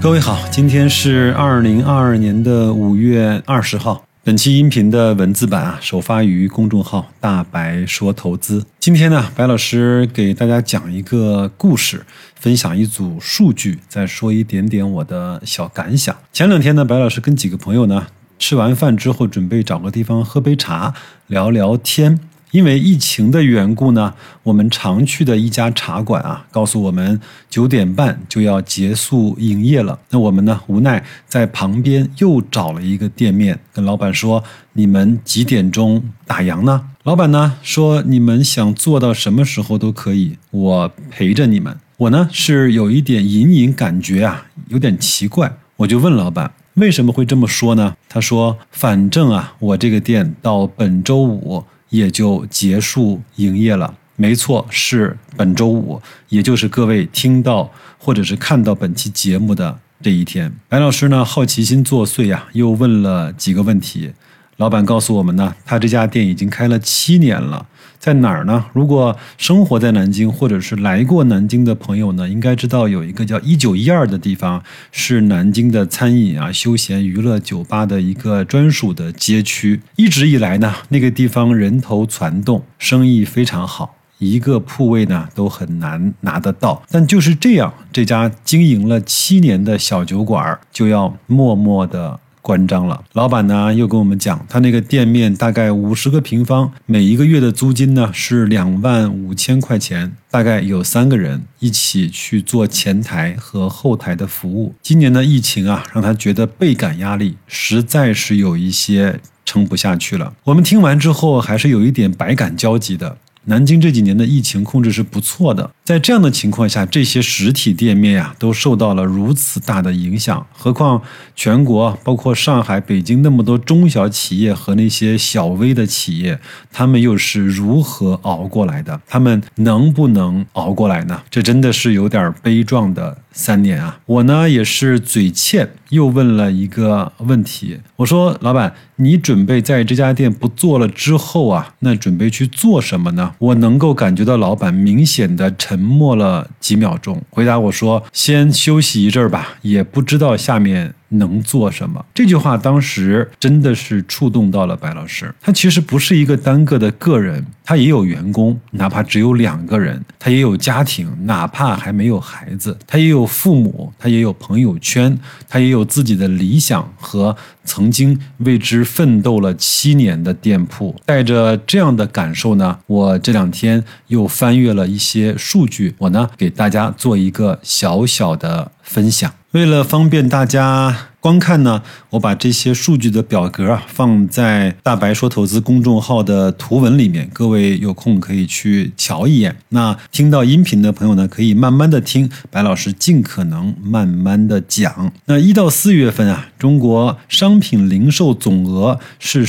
各位好，今天是2022年的5月20号。本期音频的文字版首发于公众号大白说投资。今天呢，白老师给大家讲一个故事，分享一组数据，再说一点点我的小感想。前2天呢，白老师跟几个朋友呢吃完饭之后，准备找个地方喝杯茶聊聊天。因为疫情的缘故呢，我们常去的一家茶馆告诉我们9点半就要结束营业了。那我们呢无奈在旁边又找了一个店面，跟老板说你们几点钟打烊呢？老板呢说你们想做到什么时候都可以，我陪着你们。我呢是有一点隐隐感觉有点奇怪，我就问老板为什么会这么说呢？他说反正我这个店到本周五也就结束营业了。没错，是本周五，也就是各位听到或者是看到本期节目的这一天。白老师呢好奇心作祟又问了几个问题。老板告诉我们呢，他这家店已经开了7年了。在哪儿呢？如果生活在南京或者是来过南京的朋友呢，应该知道有一个叫1912的地方，是南京的餐饮休闲娱乐酒吧的一个专属的街区。一直以来呢，那个地方人头攒动，生意非常好，一个铺位呢都很难拿得到。但就是这样，这家经营了7年的小酒馆就要默默的关张了。老板呢又跟我们讲，他那个店面大概50个平方，每一个月的租金呢是25000块钱，大概有3个人一起去做前台和后台的服务。今年的疫情让他觉得倍感压力，实在是有一些撑不下去了。我们听完之后还是有一点百感交集的。南京这几年的疫情控制是不错的，在这样的情况下，这些实体店面都受到了如此大的影响，何况全国包括上海、北京那么多中小企业和那些小微的企业，他们又是如何熬过来的？他们能不能熬过来呢？这真的是有点悲壮的3年我呢也是嘴欠，又问了一个问题。我说老板，你准备在这家店不做了之后那准备去做什么呢？我能够感觉到老板明显的沉默了几秒钟，回答我说先休息一阵吧，也不知道下面能做什么。这句话当时真的是触动到了白老师。他其实不是一个单个的个人，他也有员工，哪怕只有2个人，他也有家庭，哪怕还没有孩子，他也有父母，他也有朋友圈，他也有自己的理想和曾经为之奋斗了7年的店铺。带着这样的感受呢，我这2天又翻阅了一些数据，我呢给大家做一个小小的分享。为了方便大家观看呢，我把这些数据的表格放在大白说投资公众号的图文里面，各位有空可以去瞧一眼。那听到音频的朋友呢，可以慢慢的听，白老师尽可能慢慢的讲。那1到4月份中国商品零售总额是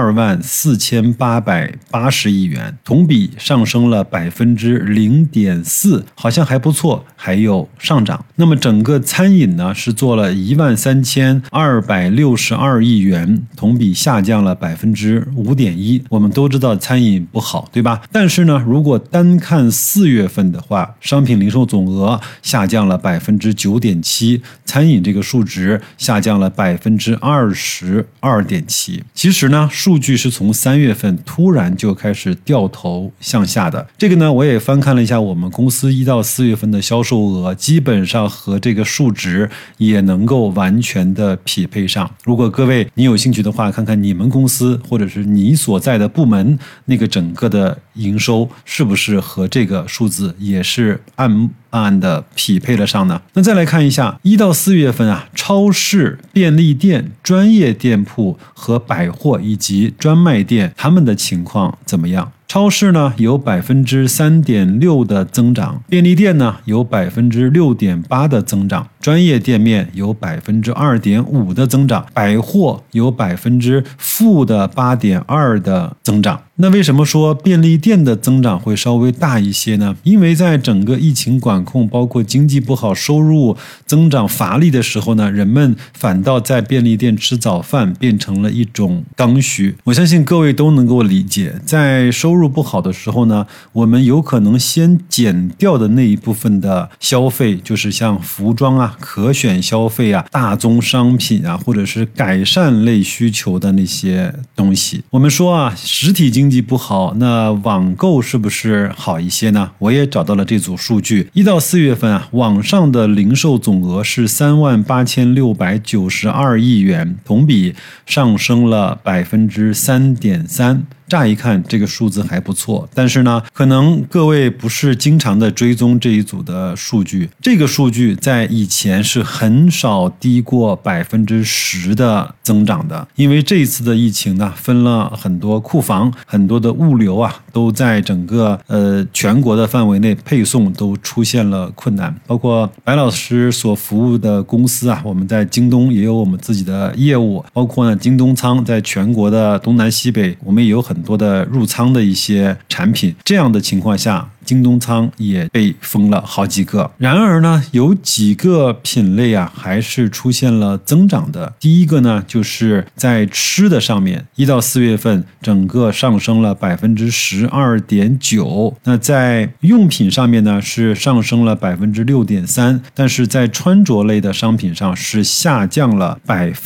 124880亿元，同比上升了 0.4%， 好像还不错，还有上涨。那么整个餐饮呢是做了13262亿元，同比下降了 5.1%。 我们都知道餐饮不好，对吧？但是呢，如果单看4月份的话，商品零售总额下降了 9.7%， 餐饮这个数值下降了 22.7%。 其实呢，数据是从3月份突然就开始掉头向下的。这个呢，我也翻看了一下我们公司1到4月份的销售额，基本上和这个数值也能够完全的匹配上。如果各位你有兴趣的话，看看你们公司或者是你所在的部门那个整个的营收是不是和这个数字也是暗的匹配了上呢？那再来看一下1到4月份超市、便利店、专业店铺和百货以及专卖店他们的情况怎么样？超市呢有 3.6% 的增长，便利店呢有 6.8% 的增长，专业店面有 2.5% 的增长，百货有-8.2% 的增长。那为什么说便利店的增长会稍微大一些呢？因为在整个疫情管控，包括经济不好、收入增长乏力的时候呢，人们反倒在便利店吃早饭变成了一种刚需。我相信各位都能够理解，在收入不好的时候呢，我们有可能先减掉的那一部分的消费，就是像服装啊、可选消费啊、大宗商品啊，或者是改善类需求的那些东西。我们说啊，实体经济不好，那网购是不是好一些呢？我也找到了这组数据，1到4月份啊，网上的零售总额是38692亿元，同比上升了3.3%。乍一看这个数字还不错，但是呢，可能各位不是经常的追踪这一组的数据，这个数据在以前是很少低过10%的增长的，因为这一次的疫情呢，分了很多库房，很多的物流啊，都在整个全国的范围内配送都出现了困难，包括白老师所服务的公司啊，我们在京东也有我们自己的业务，包括呢京东仓在全国的东南西北，我们也有很多的入仓的一些产品，这样的情况下，京东仓也被封了好几个。然而呢，有几个品类啊还是出现了增长的。第一个呢，就是在吃的上面，1到4月份整个上升了12.9%。那在用品上面呢，是上升了6.3%，但是在穿着类的商品上是下降了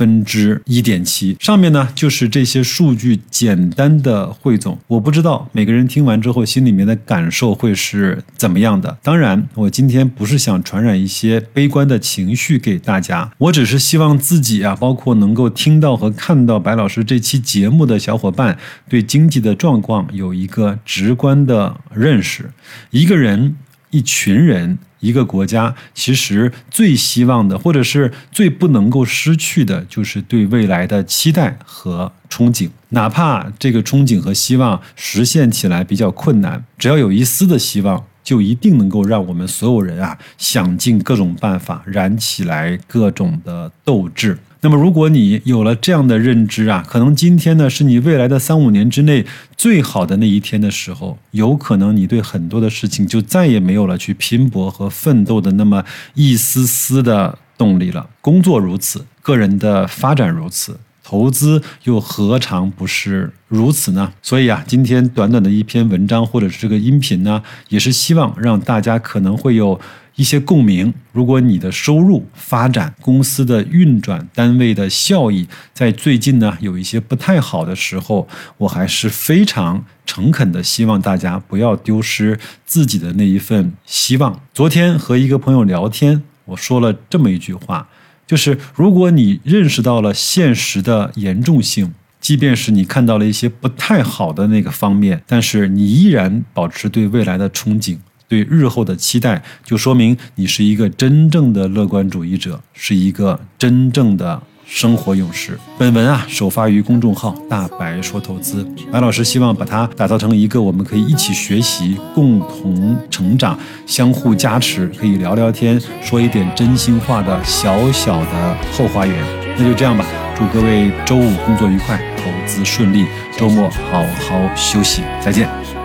1.7%。上面呢，就是这些数据简单的汇总，我不知道每个人听完之后心里面的感受会是怎么样的。当然，我今天不是想传染一些悲观的情绪给大家，我只是希望自己啊，包括能够听到和看到白老师这期节目的小伙伴，对经济的状况有一个直观的认识。一个人、一群人、一个国家，其实最希望的，或者是最不能够失去的，就是对未来的期待和憧憬。哪怕这个憧憬和希望实现起来比较困难，只要有一丝的希望，就一定能够让我们所有人啊想尽各种办法，燃起来各种的斗志。那么如果你有了这样的认知啊，可能今天呢是你未来的3-5年之内最好的那一天的时候，有可能你对很多的事情就再也没有了去拼搏和奋斗的那么一丝丝的动力了。工作如此，个人的发展如此，投资又何尝不是如此呢？所以啊，今天短短的一篇文章或者是这个音频呢，也是希望让大家可能会有一些共鸣。如果你的收入、发展、公司的运转、单位的效益在最近呢有一些不太好的时候，我还是非常诚恳的希望大家不要丢失自己的那一份希望。昨天和一个朋友聊天，我说了这么一句话，就是如果你认识到了现实的严重性，即便是你看到了一些不太好的那个方面，但是你依然保持对未来的憧憬，对日后的期待，就说明你是一个真正的乐观主义者，是一个真正的生活勇士。本文啊首发于公众号大白说投资，白老师希望把它打造成一个我们可以一起学习、共同成长、相互加持，可以聊聊天、说一点真心话的小小的后花园。那就这样吧，祝各位周五工作愉快，投资顺利，周末好好休息，再见。